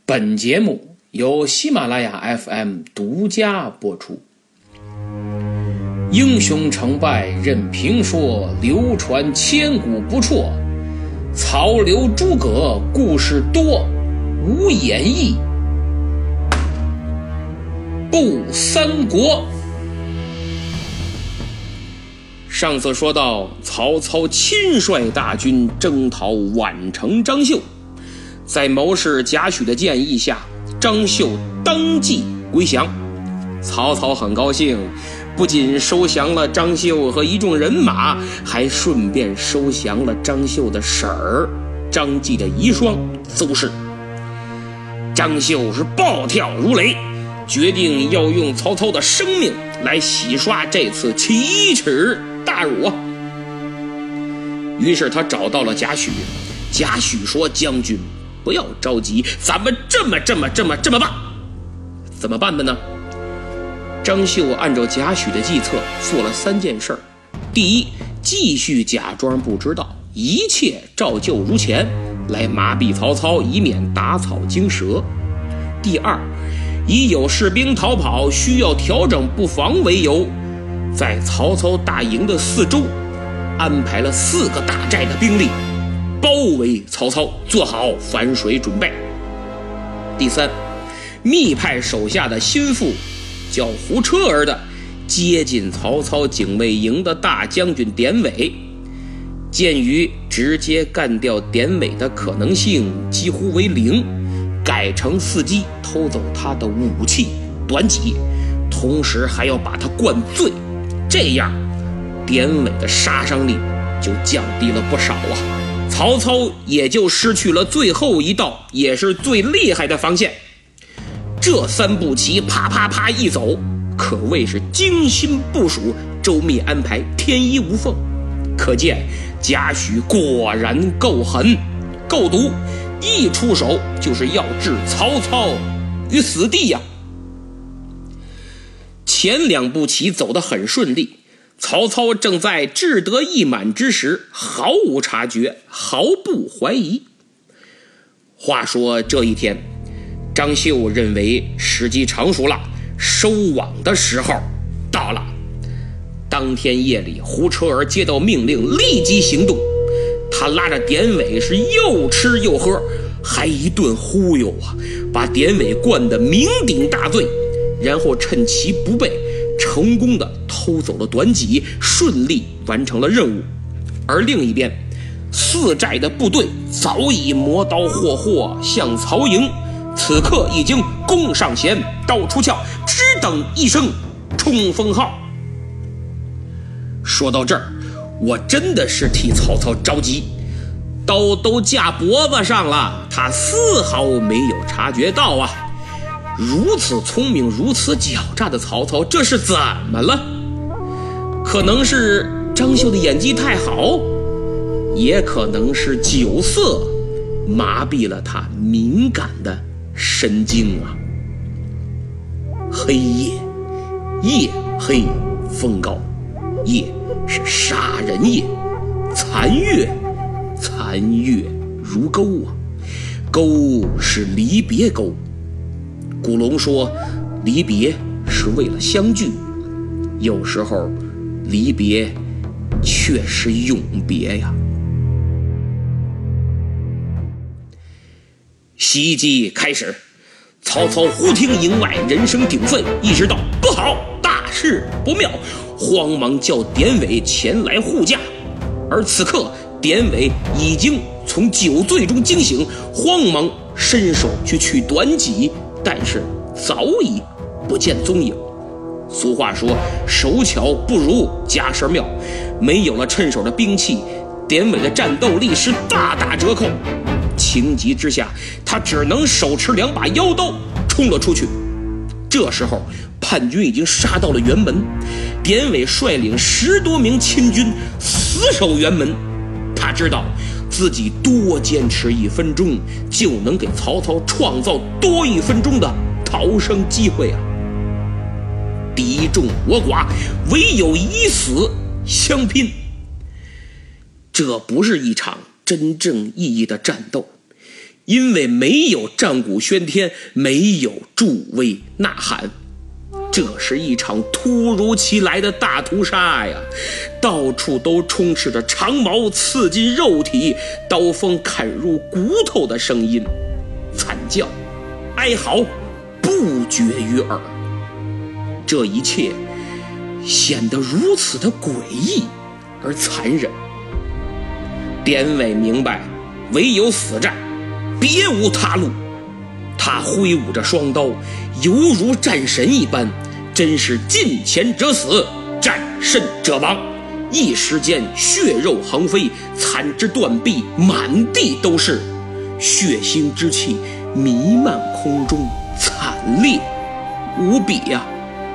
本节目由喜马拉雅 FM 独家播出。英雄成败任评说，流传千古不辍。曹刘诸葛故事多，无演义不三国。上次说到，曹操亲率大军征讨宛城张绣，在谋士贾诩的建议下，张绣当即归降。曹操很高兴，不仅收降了张绣和一众人马，还顺便收降了张绣的婶儿张继的遗孀邹氏。张绣是暴跳如雷，决定要用曹操的生命来洗刷这次奇耻大辱啊！于是他找到了贾诩，贾诩说：“将军不要着急，咱们这么办。怎么办的呢？”张绣按照贾诩的计策做了3件事。第一，继续假装不知道，一切照旧如前，来麻痹曹操，以免打草惊蛇。第二，以有士兵逃跑需要调整布防为由，在曹操大营的四周安排了4个大寨的兵力，包围曹操，做好反水准备。第三，密派手下的心腹叫胡车儿的接近曹操警卫营的大将军典韦，鉴于直接干掉典韦的可能性几乎为0，改成伺机偷走他的武器短戟，同时还要把他灌醉，这样典韦的杀伤力就降低了不少啊。曹操也就失去了最后一道也是最厉害的防线。这3步棋啪啪啪一走，可谓是精心部署，周密安排，天衣无缝。可见贾诩果然够狠够毒，一出手就是要置曹操于死地呀。前2步棋走得很顺利，曹操正在志得意满之时，毫无察觉，毫不怀疑。话说这一天，张绣认为时机成熟了，收网的时候到了。当天夜里，胡车儿接到命令，立即行动。他拉着典韦是又吃又喝，还一顿忽悠啊，把典韦灌得酩酊大醉，然后趁其不备，成功的偷走了短戟，顺利完成了任务。而另一边，4寨的部队早已磨刀霍霍向曹营，此刻已经弓上弦，刀出鞘，只等一声冲锋号。说到这儿，我真的是替曹操着急，刀都架脖子上了，他丝毫没有察觉到啊！如此聪明如此狡诈的曹操，这是怎么了？可能是张绣的演技太好，也可能是酒色麻痹了他敏感的神经啊！黑夜，夜黑风高，夜是杀人夜，残月，残月如钩啊，钩是离别钩。古龙说，离别是为了相聚，有时候离别却是永别呀。袭击开始，曹操忽听营外人声鼎沸，意识到不好，大事不妙，慌忙叫典韦前来护驾。而此刻典韦已经从酒醉中惊醒，慌忙伸手去取短戟，但是早已不见踪影。俗话说，手巧不如家事妙，没有了趁手的兵器，典韦的战斗力是大打折扣。情急之下，他只能手持2把腰刀冲了出去。这时候叛军已经杀到了辕门，典韦率领10多名亲军死守辕门。他知道自己多坚持1分钟，就能给曹操创造多1分钟的逃生机会啊！敌众我寡，唯有以死相拼。这不是一场真正意义的战斗， 因为没有战鼓喧天，没有助威呐喊。这是一场突如其来的大屠杀呀！到处都充斥着长矛刺进肉体、刀锋砍入骨头的声音，惨叫、哀嚎不绝于耳。这一切显得如此的诡异而残忍。典韦明白，唯有死战，别无他路。他挥舞着双刀，犹如战神一般，真是近前者死，战胜者亡。一时间血肉横飞，残肢断臂满地都是，血腥之气弥漫空中，惨烈无比呀！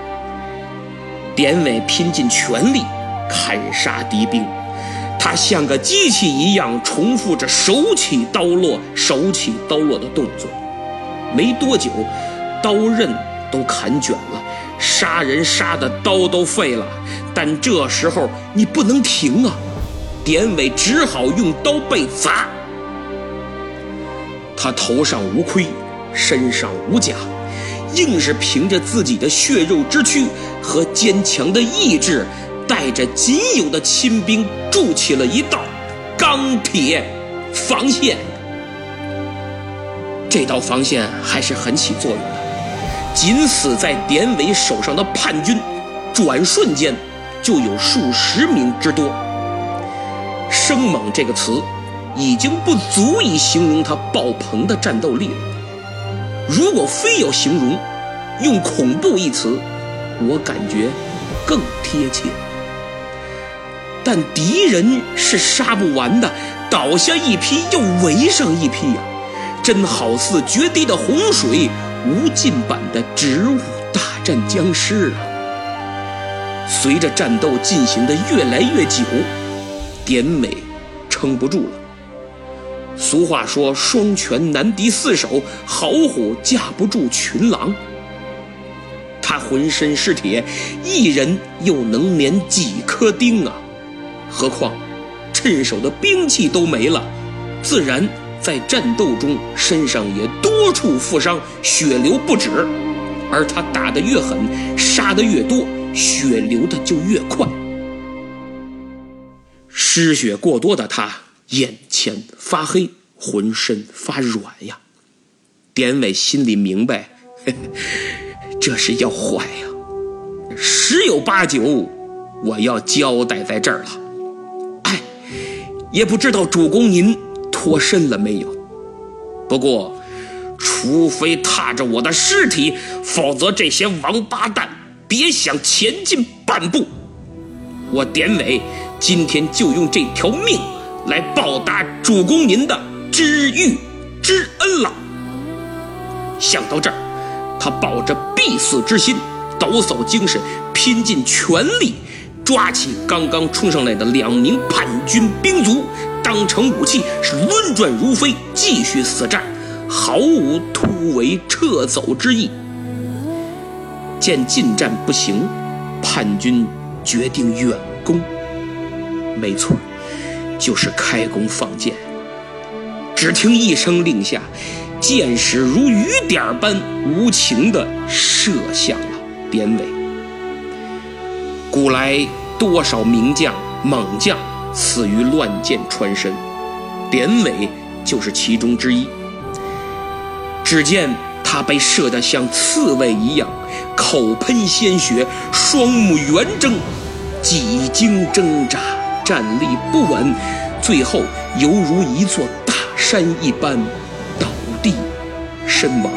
典韦拼尽全力砍杀敌兵，他像个机器一样重复着手起刀落的动作。没多久，刀刃都砍卷了，杀人杀的刀都废了，但这时候你不能停啊！典韦只好用刀背砸。他头上无盔，身上无甲，硬是凭着自己的血肉之躯和坚强的意志，带着仅有的亲兵筑起了一道钢铁防线。这道防线还是很起作用的，仅死在典韦手上的叛军，转瞬间就有数十名之多。生猛这个词已经不足以形容他爆棚的战斗力了，如果非要形容，用恐怖一词，我感觉更贴切。但敌人是杀不完的，倒下一批又围上一批呀，真好似决堤的洪水，无尽版的植物大战僵尸啊！随着战斗进行的越来越久，典韦撑不住了。俗话说，双拳难敌四手，好虎架不住群狼。他浑身是铁，一人又能免几颗钉啊！何况趁手的兵器都没了，自然在战斗中身上也多处负伤，血流不止。而他打得越狠，杀得越多，血流的就越快。失血过多的他眼前发黑，浑身发软呀。典韦心里明白，这是要坏呀，十有八九我要交代在这儿了。哎，也不知道主公您脱身了没有？不过除非踏着我的尸体，否则这些王八蛋别想前进半步。我典韦今天就用这条命来报答主公您的知遇之恩了。想到这儿，他抱着必死之心，抖擞精神，拼尽全力抓起刚刚冲上来的2名叛军兵卒，当成武器是抡转如飞，继续死战，毫无突围撤走之意。见近战不行，叛军决定远攻。没错，就是开弓放箭。只听一声令下，箭矢如雨点般无情地射向了典韦。古来多少名将猛将死于乱箭穿身，典韦就是其中之一。只见他被射得像刺猬一样，口喷鲜血，双目圆睁，几经挣扎，站立不稳，最后犹如一座大山一般倒地身亡。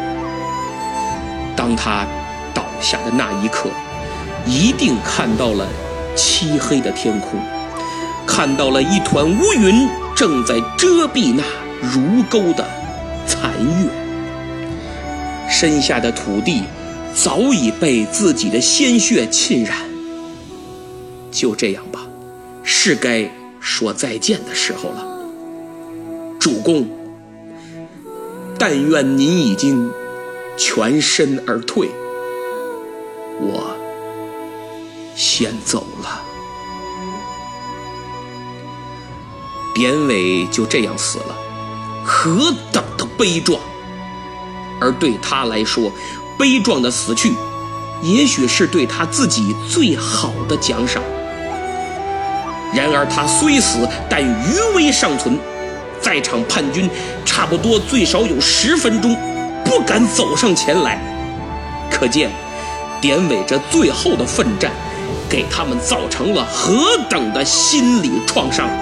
当他倒下的那一刻，一定看到了漆黑的天空，看到了一团乌云正在遮蔽那如钩的残月。身下的土地早已被自己的鲜血浸染。就这样吧，是该说再见的时候了。主公，但愿您已经全身而退，我先走了。典韦就这样死了， 何等的悲壮！而对他来说，悲壮的死去也许是对他自己最好的奖赏。然而他虽死，但余威尚存，在场叛军差不多最少有10分钟不敢走上前来，可见典韦这最后的奋战给他们造成了何等的心理创伤。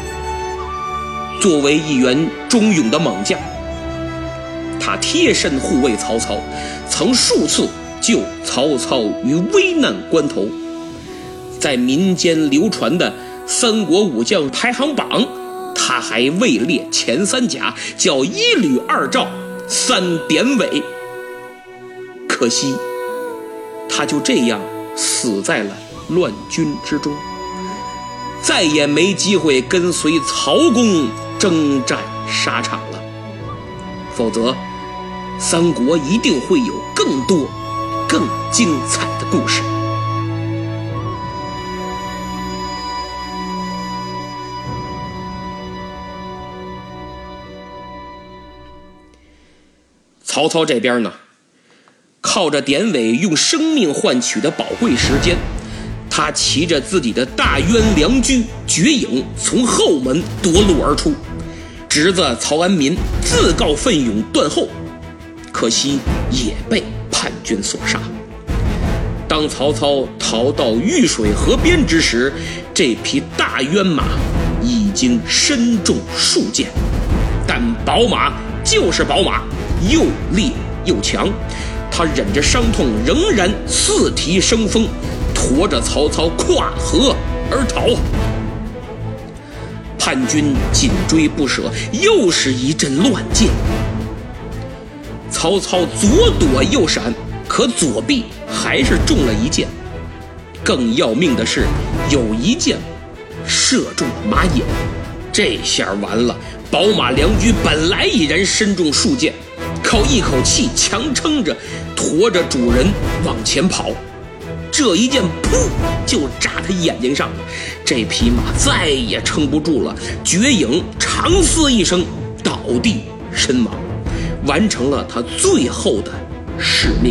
作为一员忠勇的猛将，他贴身护卫曹操，曾数次救曹操于危难关头。在民间流传的三国武将排行榜，他还位列前3甲，叫1吕2赵3典韦。可惜他就这样死在了乱军之中，再也没机会跟随曹公征战沙场了。否则三国一定会有更多更精彩的故事。曹操这边呢，靠着典韦用生命换取的宝贵时间，他骑着自己的大渊良驹绝影从后门夺路而出，侄子曹安民自告奋勇断后，可惜也被叛军所杀。当曹操逃到玉水河边之时，这匹大渊马已经身中数箭，但宝马就是宝马，又烈又强，他忍着伤痛仍然四蹄生风，驮着曹操跨河而逃。叛军紧追不舍，又是一阵乱箭。曹操左躲右闪，可左臂还是中了一箭。更要命的是，有一箭射中马眼。这下完了，宝马良驹本来已然身中数箭，靠一口气强撑着驮着主人往前跑，这一箭噗就扎他眼睛上了。这匹马再也撑不住了，绝影长嘶一声倒地身亡，完成了他最后的使命。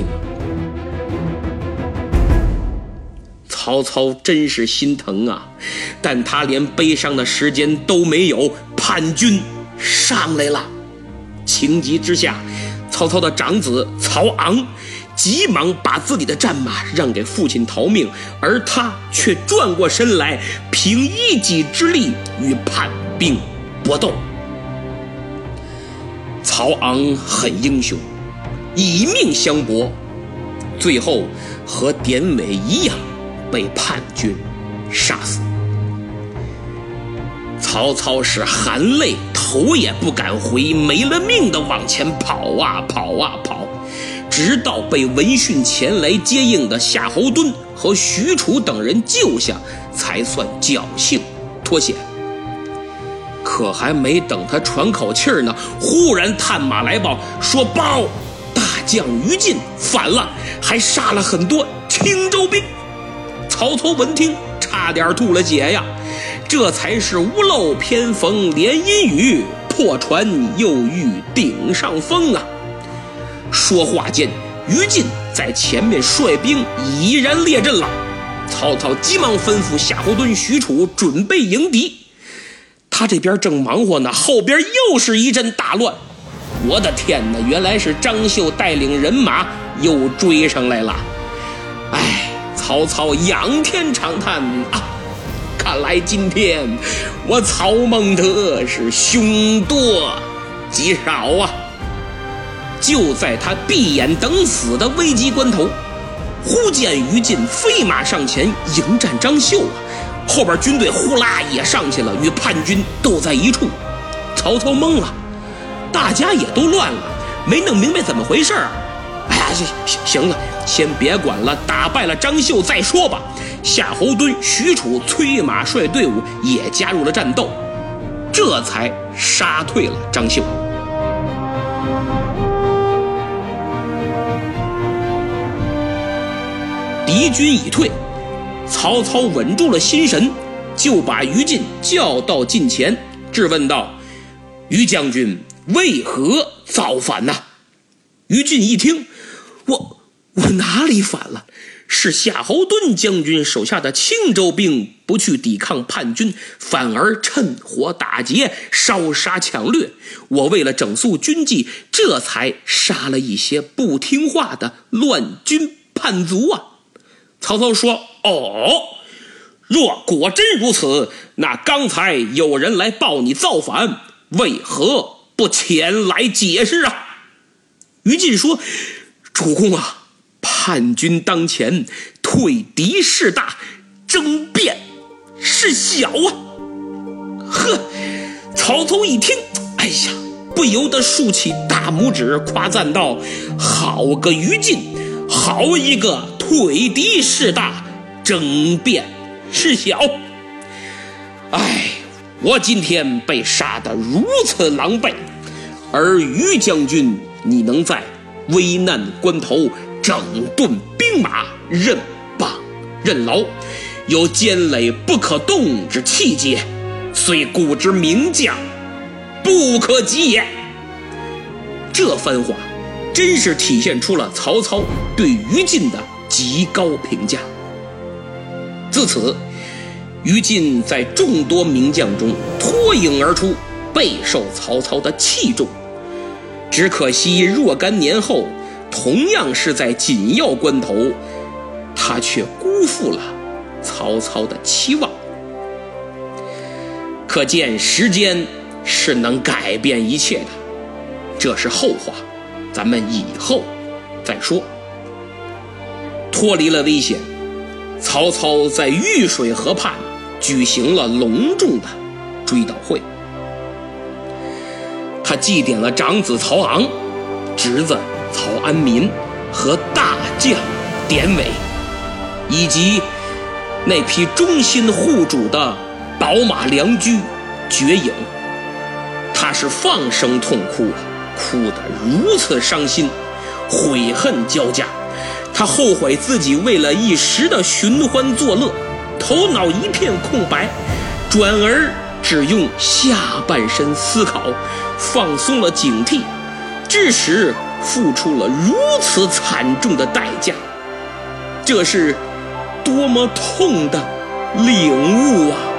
曹操真是心疼啊，但他连悲伤的时间都没有，叛军上来了。情急之下，曹操的长子曹昂急忙把自己的战马让给父亲逃命，而他却转过身来，凭一己之力与叛兵搏斗。曹昂很英雄，以命相搏，最后和典韦一样被叛军杀死。曹操是含泪头也不敢回，没了命的往前跑啊跑啊跑，直到被闻讯前来接应的夏侯惇和许褚等人救下，才算侥幸脱险。可还没等他喘口气呢，忽然探马来报说，报大将于禁反了，还杀了很多青州兵。曹操闻听差点吐了血呀，这才是屋漏偏逢连阴雨，破船又遇顶上风啊。说话间，于禁在前面率兵已然列阵了。曹操急忙吩咐夏侯惇、许褚准备迎敌。他这边正忙活呢，后边又是一阵大乱。我的天哪，原来是张绣带领人马又追上来了。哎，曹操仰天长叹啊，看来今天我曹孟德是凶多吉少啊。就在他闭眼等死的危急关头，忽见于禁飞马上前迎战张绣啊，后边军队呼啦也上去了，与叛军斗在一处。曹操懵了，大家也都乱了，没弄明白怎么回事啊。哎呀，行了，先别管了，打败了张绣再说吧。夏侯惇、许褚催马率队伍也加入了战斗，这才杀退了张绣。敌军已退，曹操稳住了心神，就把于禁叫到近前，质问道：于将军， 为何造反呢？于禁一听，我哪里反了？是夏侯惇将军手下的青州兵不去抵抗叛军，反而趁火打劫，烧杀抢掠。我为了整肃军纪，这才杀了一些不听话的乱军叛卒啊。曹操说，若果真如此，那刚才有人来报你造反，为何不前来解释啊？于禁说，主公啊，叛军当前，退敌势大，争辩事小啊。曹操一听，哎呀，不由得竖起大拇指，夸赞道，好个于禁，好一个退敌势大，争辩事小。我今天被杀得如此狼狈，而于将军你能在危难关头整顿兵马，任棒任劳，有坚垒不可动之气节，虽古之名将，不可及也。这番话真是体现出了曹操对于禁的极高评价。自此，于禁在众多名将中脱颖而出，备受曹操的器重。只可惜若干年后，同样是在紧要关头，他却辜负了曹操的期望。可见时间是能改变一切的，这是后话，咱们以后再说。脱离了危险，曹操在玉水河畔举行了隆重的追悼会。他祭奠了长子曹昂、侄子曹安民和大将典韦，以及那匹忠心护主的宝马良驹绝影。他是放声痛哭，哭得如此伤心，悔恨交加。他后悔自己为了一时的寻欢作乐，头脑一片空白，转而只用下半身思考，放松了警惕，致使付出了如此惨重的代价。这是多么痛的领悟啊！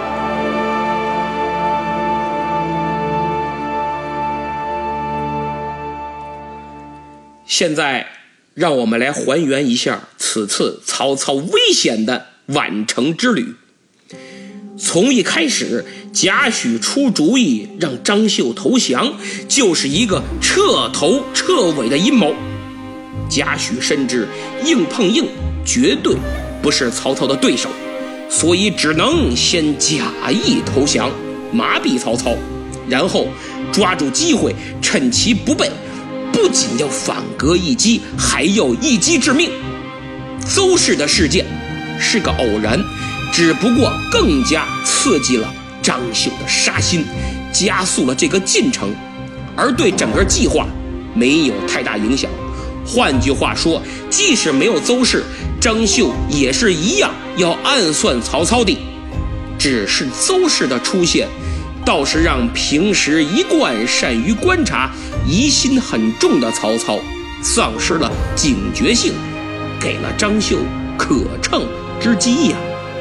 现在让我们来还原一下此次曹操危险的宛城之旅。从一开始，贾诩出主意让张绣投降，就是一个彻头彻尾的阴谋。贾诩深知硬碰硬绝对不是曹操的对手，所以只能先假意投降，麻痹曹操，然后抓住机会，趁其不备，不仅要反戈一击，还要一击致命。邹氏的事件是个偶然，只不过更加刺激了张绣的杀心，加速了这个进程，而对整个计划没有太大影响。换句话说，即使没有邹氏，张绣也是一样要暗算曹操的。只是邹氏的出现，倒是让平时一贯善于观察、疑心很重的曹操丧失了警觉性，给了张绣可乘之机呀。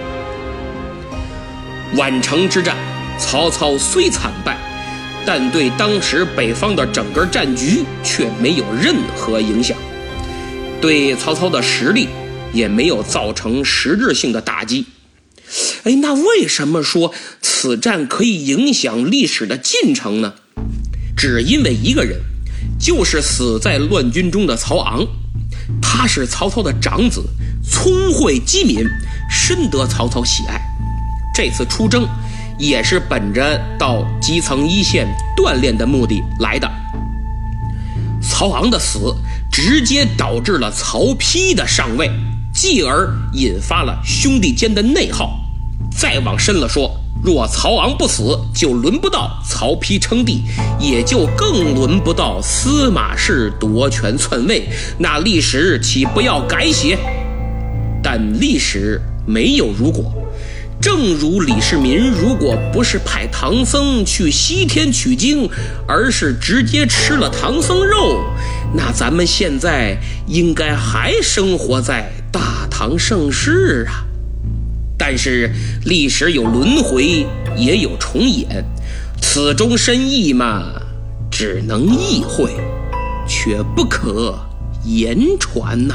宛城之战，曹操虽惨败，但对当时北方的整个战局却没有任何影响，对曹操的实力也没有造成实质性的打击。那为什么说此战可以影响历史的进程呢？只因为一个人，就是死在乱军中的曹昂。他是曹操的长子，聪慧机敏，深得曹操喜爱。这次出征也是本着到基层一线锻炼的目的来的。曹昂的死直接导致了曹丕的上位，继而引发了兄弟间的内耗。再往深了说，若曹昂不死，就轮不到曹丕称帝，也就更轮不到司马氏夺权篡位，那历史岂不要改写？但历史没有如果， 正如李世民如果不是派唐僧去西天取经，而是直接吃了唐僧肉，那咱们现在应该还生活在大唐盛世啊。但是历史有轮回，也有重演，此中深意嘛，只能意会，却不可言传呐。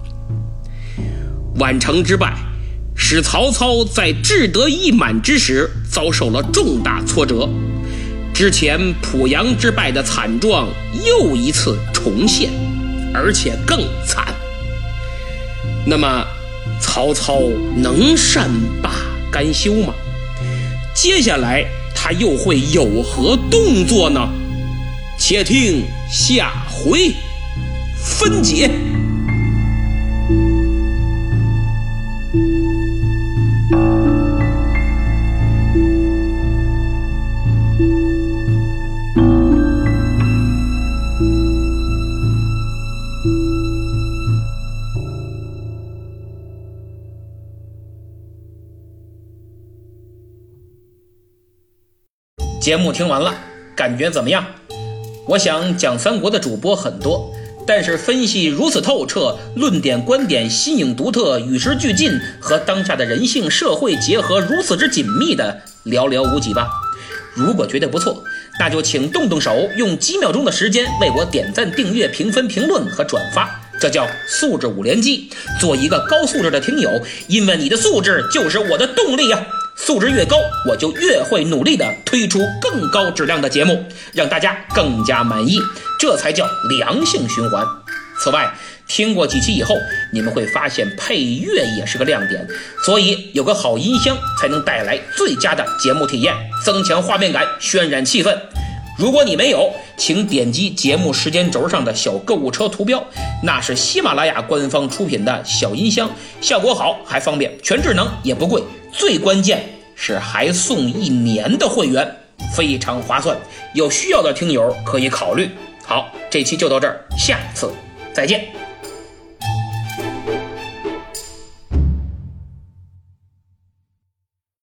宛城之败使曹操在志得意满之时遭受了重大挫折，之前濮阳之败的惨状又一次重现，而且更惨。那么曹操能善罢甘休吗？接下来他又会有何动作呢？且听下回分解。节目听完了，感觉怎么样？我想讲三国的主播很多，但是分析如此透彻，论点观点新颖独特，与时俱进，和当下的人性社会结合如此之紧密的寥寥无几吧。如果觉得不错，那就请动动手，用几秒钟的时间为我点赞、订阅、评分、评论和转发，这叫素质5连击，做一个高素质的听友，因为你的素质就是我的动力啊！素质越高，我就越会努力的推出更高质量的节目，让大家更加满意，这才叫良性循环。此外，听过几期以后，你们会发现配乐也是个亮点，所以有个好音箱才能带来最佳的节目体验，增强画面感，渲染气氛。如果你没有，请点击节目时间轴上的小购物车图标，那是喜马拉雅官方出品的小音箱，效果好还方便，全智能也不贵，最关键是还送1年的会员，非常划算，有需要的听友可以考虑。好，这期就到这儿，下次再见。